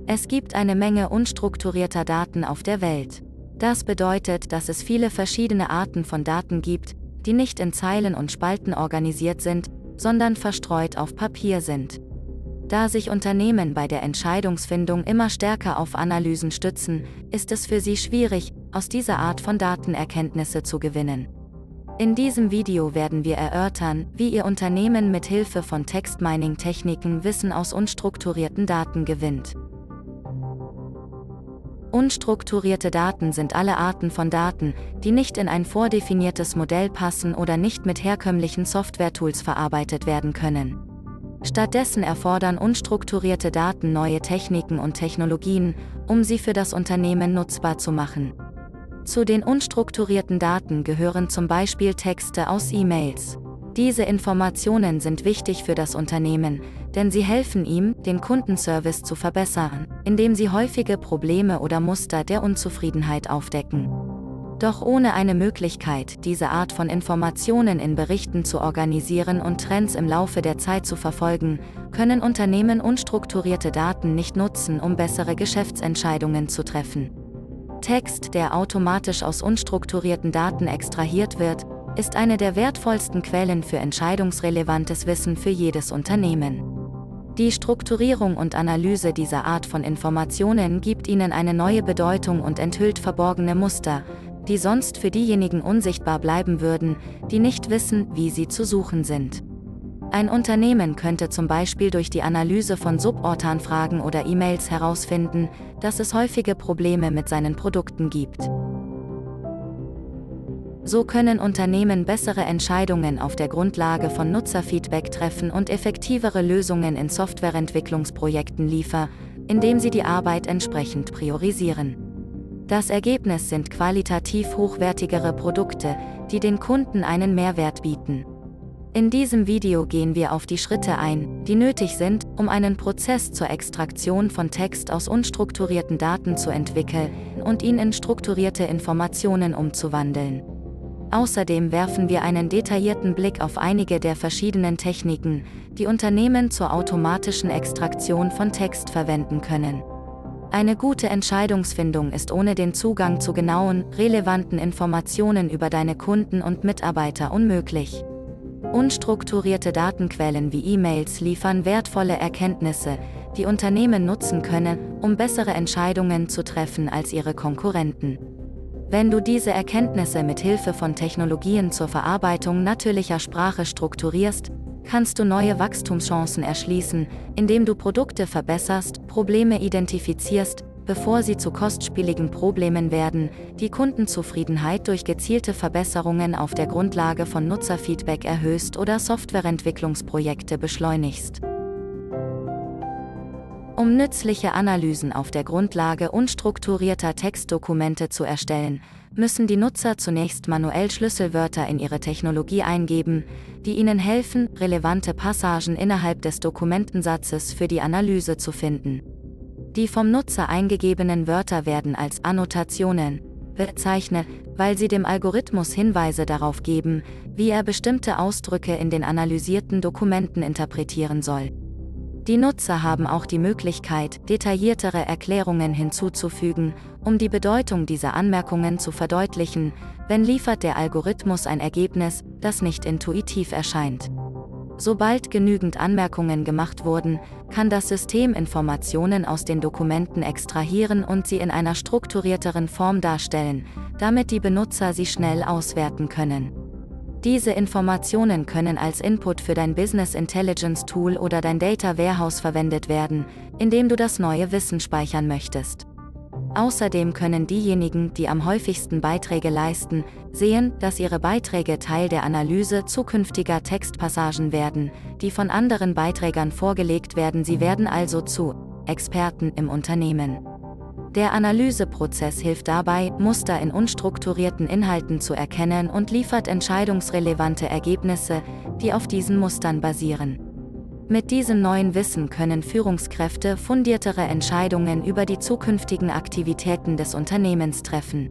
Es gibt eine Menge unstrukturierter Daten auf der Welt. Das bedeutet, dass es viele verschiedene Arten von Daten gibt, die nicht in Zeilen und Spalten organisiert sind, sondern verstreut auf Papier sind. Da sich Unternehmen bei der Entscheidungsfindung immer stärker auf Analysen stützen, ist es für sie schwierig, aus dieser Art von Daten Erkenntnisse zu gewinnen. In diesem Video werden wir erörtern, wie Ihr Unternehmen mit Hilfe von Text-Mining-Techniken Wissen aus unstrukturierten Daten gewinnt. Unstrukturierte Daten sind alle Arten von Daten, die nicht in ein vordefiniertes Modell passen oder nicht mit herkömmlichen Software-Tools verarbeitet werden können. Stattdessen erfordern unstrukturierte Daten neue Techniken und Technologien, um sie für das Unternehmen nutzbar zu machen. Zu den unstrukturierten Daten gehören zum Beispiel Texte aus E-Mails. Diese Informationen sind wichtig für das Unternehmen, denn sie helfen ihm, den Kundenservice zu verbessern, indem sie häufige Probleme oder Muster der Unzufriedenheit aufdecken. Doch ohne eine Möglichkeit, diese Art von Informationen in Berichten zu organisieren und Trends im Laufe der Zeit zu verfolgen, können Unternehmen unstrukturierte Daten nicht nutzen, um bessere Geschäftsentscheidungen zu treffen. Text, der automatisch aus unstrukturierten Daten extrahiert wird, ist eine der wertvollsten Quellen für entscheidungsrelevantes Wissen für jedes Unternehmen. Die Strukturierung und Analyse dieser Art von Informationen gibt ihnen eine neue Bedeutung und enthüllt verborgene Muster, die sonst für diejenigen unsichtbar bleiben würden, die nicht wissen, wie sie zu suchen sind. Ein Unternehmen könnte zum Beispiel durch die Analyse von Subortanfragen oder E-Mails herausfinden, dass es häufige Probleme mit seinen Produkten gibt. So können Unternehmen bessere Entscheidungen auf der Grundlage von Nutzerfeedback treffen und effektivere Lösungen in Softwareentwicklungsprojekten liefern, indem sie die Arbeit entsprechend priorisieren. Das Ergebnis sind qualitativ hochwertigere Produkte, die den Kunden einen Mehrwert bieten. In diesem Video gehen wir auf die Schritte ein, die nötig sind, um einen Prozess zur Extraktion von Text aus unstrukturierten Daten zu entwickeln und ihn in strukturierte Informationen umzuwandeln. Außerdem werfen wir einen detaillierten Blick auf einige der verschiedenen Techniken, die Unternehmen zur automatischen Extraktion von Text verwenden können. Eine gute Entscheidungsfindung ist ohne den Zugang zu genauen, relevanten Informationen über deine Kunden und Mitarbeiter unmöglich. Unstrukturierte Datenquellen wie E-Mails liefern wertvolle Erkenntnisse, die Unternehmen nutzen können, um bessere Entscheidungen zu treffen als ihre Konkurrenten. Wenn du diese Erkenntnisse mit Hilfe von Technologien zur Verarbeitung natürlicher Sprache strukturierst, kannst du neue Wachstumschancen erschließen, indem du Produkte verbesserst, Probleme identifizierst, bevor sie zu kostspieligen Problemen werden, die Kundenzufriedenheit durch gezielte Verbesserungen auf der Grundlage von Nutzerfeedback erhöhst oder Softwareentwicklungsprojekte beschleunigst. Um nützliche Analysen auf der Grundlage unstrukturierter Textdokumente zu erstellen, müssen die Nutzer zunächst manuell Schlüsselwörter in ihre Technologie eingeben, die ihnen helfen, relevante Passagen innerhalb des Dokumentensatzes für die Analyse zu finden. Die vom Nutzer eingegebenen Wörter werden als Annotationen bezeichnet, weil sie dem Algorithmus Hinweise darauf geben, wie er bestimmte Ausdrücke in den analysierten Dokumenten interpretieren soll. Die Nutzer haben auch die Möglichkeit, detailliertere Erklärungen hinzuzufügen, um die Bedeutung dieser Anmerkungen zu verdeutlichen, wenn liefert der Algorithmus ein Ergebnis, das nicht intuitiv erscheint. Sobald genügend Anmerkungen gemacht wurden, kann das System Informationen aus den Dokumenten extrahieren und sie in einer strukturierteren Form darstellen, damit die Benutzer sie schnell auswerten können. Diese Informationen können als Input für dein Business Intelligence Tool oder dein Data Warehouse verwendet werden, indem du das neue Wissen speichern möchtest. Außerdem können diejenigen, die am häufigsten Beiträge leisten, sehen, dass ihre Beiträge Teil der Analyse zukünftiger Textpassagen werden, die von anderen Beiträgern vorgelegt werden. Sie werden also zu Experten im Unternehmen. Der Analyseprozess hilft dabei, Muster in unstrukturierten Inhalten zu erkennen und liefert entscheidungsrelevante Ergebnisse, die auf diesen Mustern basieren. Mit diesem neuen Wissen können Führungskräfte fundiertere Entscheidungen über die zukünftigen Aktivitäten des Unternehmens treffen.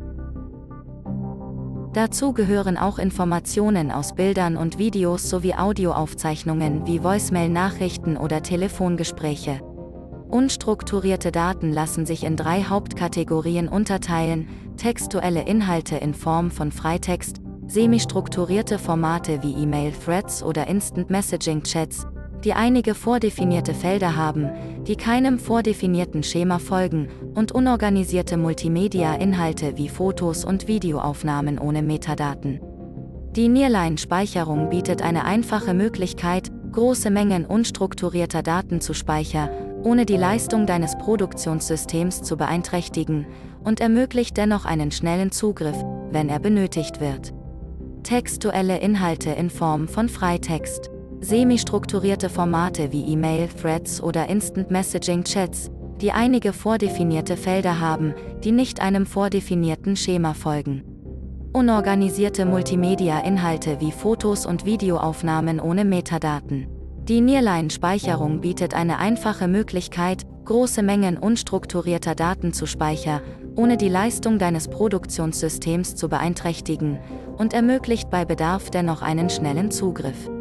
Dazu gehören auch Informationen aus Bildern und Videos sowie Audioaufzeichnungen wie Voicemail-Nachrichten oder Telefongespräche. Unstrukturierte Daten lassen sich in 3 Hauptkategorien unterteilen: textuelle Inhalte in Form von Freitext, semi-strukturierte Formate wie E-Mail-Threads oder Instant-Messaging-Chats, die einige vordefinierte Felder haben, die keinem vordefinierten Schema folgen, und unorganisierte Multimedia-Inhalte wie Fotos und Videoaufnahmen ohne Metadaten. Die Nearline-Speicherung bietet eine einfache Möglichkeit, große Mengen unstrukturierter Daten zu speichern, ohne die Leistung deines Produktionssystems zu beeinträchtigen, und ermöglicht dennoch einen schnellen Zugriff, wenn er benötigt wird. Textuelle Inhalte in Form von Freitext. Semi-strukturierte Formate wie E-Mail-Threads oder Instant-Messaging-Chats, die einige vordefinierte Felder haben, die nicht einem vordefinierten Schema folgen. Unorganisierte Multimedia-Inhalte wie Fotos und Videoaufnahmen ohne Metadaten. Die Nearline-Speicherung bietet eine einfache Möglichkeit, große Mengen unstrukturierter Daten zu speichern, ohne die Leistung deines Produktionssystems zu beeinträchtigen, und ermöglicht bei Bedarf dennoch einen schnellen Zugriff.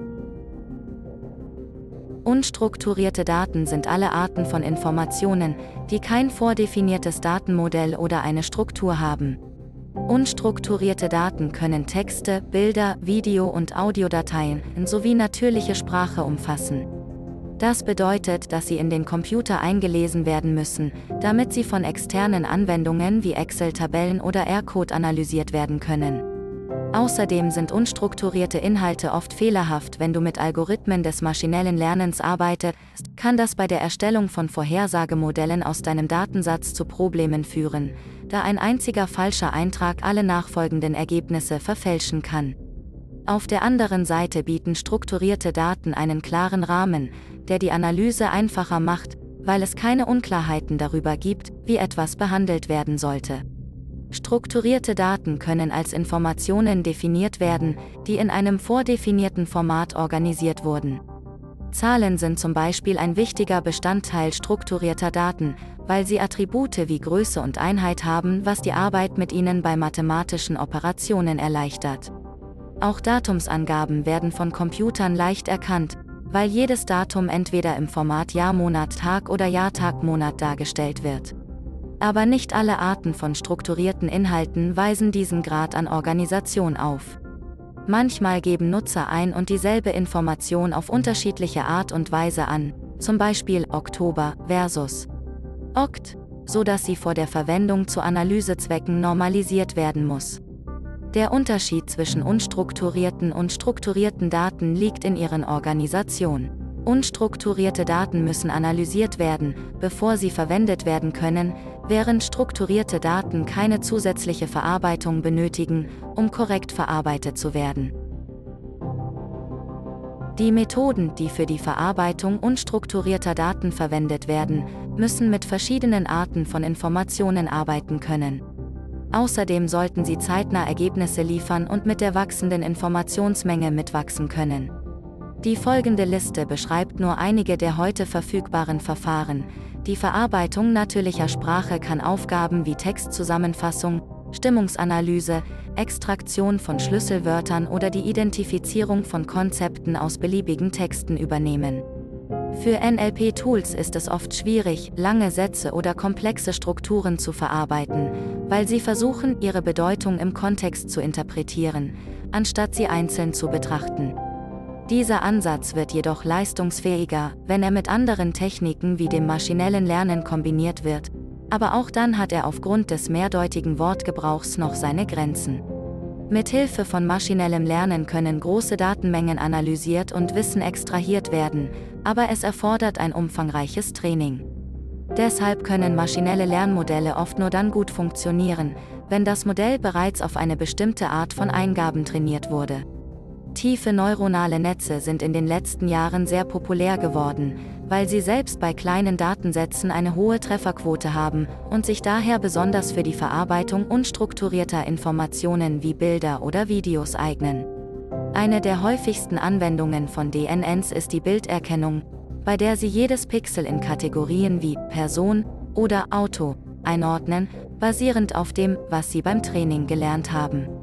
Unstrukturierte Daten sind alle Arten von Informationen, die kein vordefiniertes Datenmodell oder eine Struktur haben. Unstrukturierte Daten können Texte, Bilder, Video- und Audiodateien sowie natürliche Sprache umfassen. Das bedeutet, dass sie in den Computer eingelesen werden müssen, damit sie von externen Anwendungen wie Excel-Tabellen oder R-Code analysiert werden können. Außerdem sind unstrukturierte Inhalte oft fehlerhaft. Wenn du mit Algorithmen des maschinellen Lernens arbeitest, kann das bei der Erstellung von Vorhersagemodellen aus deinem Datensatz zu Problemen führen, da ein einziger falscher Eintrag alle nachfolgenden Ergebnisse verfälschen kann. Auf der anderen Seite bieten strukturierte Daten einen klaren Rahmen, der die Analyse einfacher macht, weil es keine Unklarheiten darüber gibt, wie etwas behandelt werden sollte. Strukturierte Daten können als Informationen definiert werden, die in einem vordefinierten Format organisiert wurden. Zahlen sind zum Beispiel ein wichtiger Bestandteil strukturierter Daten, weil sie Attribute wie Größe und Einheit haben, was die Arbeit mit ihnen bei mathematischen Operationen erleichtert. Auch Datumsangaben werden von Computern leicht erkannt, weil jedes Datum entweder im Format Jahr, Monat, Tag oder Jahr, Tag, Monat dargestellt wird. Aber nicht alle Arten von strukturierten Inhalten weisen diesen Grad an Organisation auf. Manchmal geben Nutzer ein und dieselbe Information auf unterschiedliche Art und Weise an, zum Beispiel Oktober versus Okt, so dass sie vor der Verwendung zu Analysezwecken normalisiert werden muss. Der Unterschied zwischen unstrukturierten und strukturierten Daten liegt in ihren Organisation. Unstrukturierte Daten müssen analysiert werden, bevor sie verwendet werden können, während strukturierte Daten keine zusätzliche Verarbeitung benötigen, um korrekt verarbeitet zu werden. Die Methoden, die für die Verarbeitung unstrukturierter Daten verwendet werden, müssen mit verschiedenen Arten von Informationen arbeiten können. Außerdem sollten sie zeitnah Ergebnisse liefern und mit der wachsenden Informationsmenge mitwachsen können. Die folgende Liste beschreibt nur einige der heute verfügbaren Verfahren. Die Verarbeitung natürlicher Sprache kann Aufgaben wie Textzusammenfassung, Stimmungsanalyse, Extraktion von Schlüsselwörtern oder die Identifizierung von Konzepten aus beliebigen Texten übernehmen. Für NLP-Tools ist es oft schwierig, lange Sätze oder komplexe Strukturen zu verarbeiten, weil sie versuchen, ihre Bedeutung im Kontext zu interpretieren, anstatt sie einzeln zu betrachten. Dieser Ansatz wird jedoch leistungsfähiger, wenn er mit anderen Techniken wie dem maschinellen Lernen kombiniert wird, aber auch dann hat er aufgrund des mehrdeutigen Wortgebrauchs noch seine Grenzen. Mithilfe von maschinellem Lernen können große Datenmengen analysiert und Wissen extrahiert werden, aber es erfordert ein umfangreiches Training. Deshalb können maschinelle Lernmodelle oft nur dann gut funktionieren, wenn das Modell bereits auf eine bestimmte Art von Eingaben trainiert wurde. Tiefe neuronale Netze sind in den letzten Jahren sehr populär geworden, weil sie selbst bei kleinen Datensätzen eine hohe Trefferquote haben und sich daher besonders für die Verarbeitung unstrukturierter Informationen wie Bilder oder Videos eignen. Eine der häufigsten Anwendungen von DNNs ist die Bilderkennung, bei der sie jedes Pixel in Kategorien wie Person oder Auto einordnen, basierend auf dem, was sie beim Training gelernt haben.